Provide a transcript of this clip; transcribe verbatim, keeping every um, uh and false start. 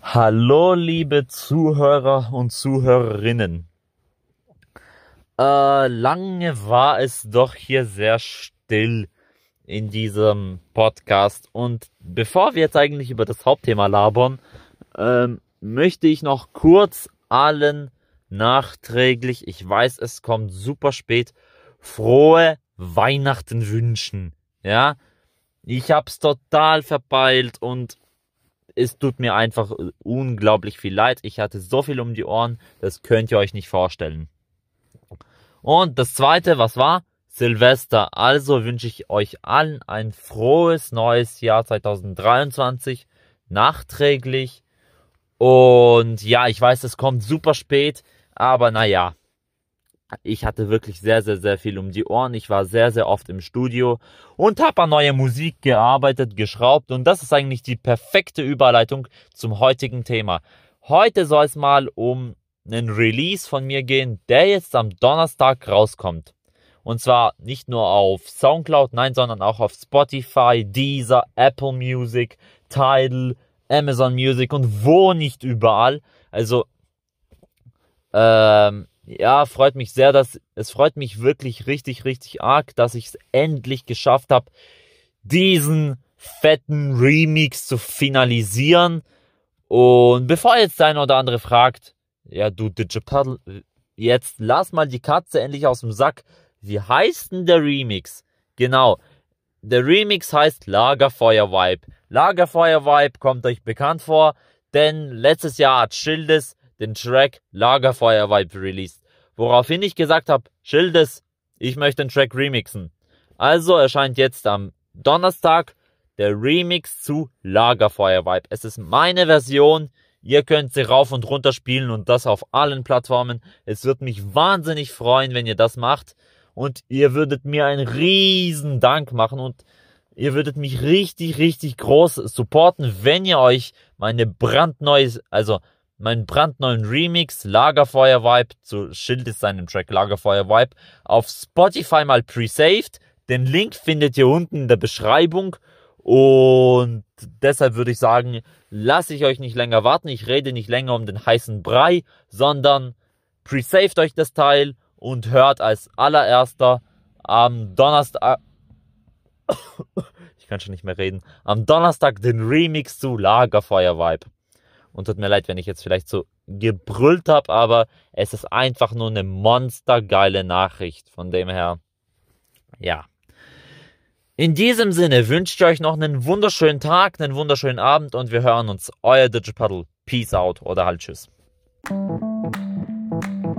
Hallo, liebe Zuhörer und Zuhörerinnen. Äh, lange war es doch hier sehr still in diesem Podcast. Und bevor wir jetzt eigentlich über das Hauptthema labern, ähm, möchte ich noch kurz allen nachträglich, ich weiß, es kommt super spät, frohe Weihnachten wünschen. Ja, ich hab's total verpeilt und es tut mir einfach unglaublich viel leid. Ich hatte so viel um die Ohren, das könnt ihr euch nicht vorstellen. Und das zweite, was war? Silvester. Also wünsche ich euch allen ein frohes neues Jahr zwanzig dreiundzwanzig, nachträglich. Und ja, ich weiß, es kommt super spät, aber naja, ich hatte wirklich sehr, sehr, sehr viel um die Ohren. Ich war sehr, sehr oft im Studio und habe an neuer Musik gearbeitet, geschraubt. Und das ist eigentlich die perfekte Überleitung zum heutigen Thema. Heute soll es mal um einen Release von mir gehen, der jetzt am Donnerstag rauskommt. Und zwar nicht nur auf Soundcloud, nein, sondern auch auf Spotify, Deezer, Apple Music, Tidal, Amazon Music und wo nicht überall. Also, ähm, ja, freut mich sehr, dass es freut mich wirklich richtig, richtig arg, dass ich es endlich geschafft habe, diesen fetten Remix zu finalisieren. Und bevor jetzt der eine oder andere fragt, ja du Digital, jetzt lass mal die Katze endlich aus dem Sack. Wie heißt denn der Remix? Genau, der Remix heißt Lagerfeuer Vibe. Lagerfeuer Vibe kommt euch bekannt vor, denn letztes Jahr hat Schildes den Track Lagerfeuer Vibe released. Woraufhin ich gesagt habe, Schildes, ich möchte den Track remixen. Also erscheint jetzt am Donnerstag der Remix zu Lagerfeuer Vibe. Es ist meine Version. Ihr könnt sie rauf und runter spielen und das auf allen Plattformen. Es wird mich wahnsinnig freuen, wenn ihr das macht. Und ihr würdet mir einen riesen Dank machen und ihr würdet mich richtig, richtig groß supporten, wenn ihr euch meine brandneue, also meinen brandneuen Remix Lagerfeuer Vibe zu Schild ist seinem Track Lagerfeuer Vibe auf Spotify mal pre-saved. Den Link findet ihr unten in der Beschreibung. Und deshalb würde ich sagen, lasse ich euch nicht länger warten. Ich rede nicht länger um den heißen Brei, sondern pre-saved euch das Teil und hört als allererster am Donnerstag, ich kann schon nicht mehr reden, am Donnerstag den Remix zu Lagerfeuer Vibe. Und tut mir leid, wenn ich jetzt vielleicht so gebrüllt habe, aber es ist einfach nur eine monstergeile Nachricht. Von dem her, ja. In diesem Sinne wünsche ich euch noch einen wunderschönen Tag, einen wunderschönen Abend und wir hören uns. Euer Digital. Peace out oder halt tschüss.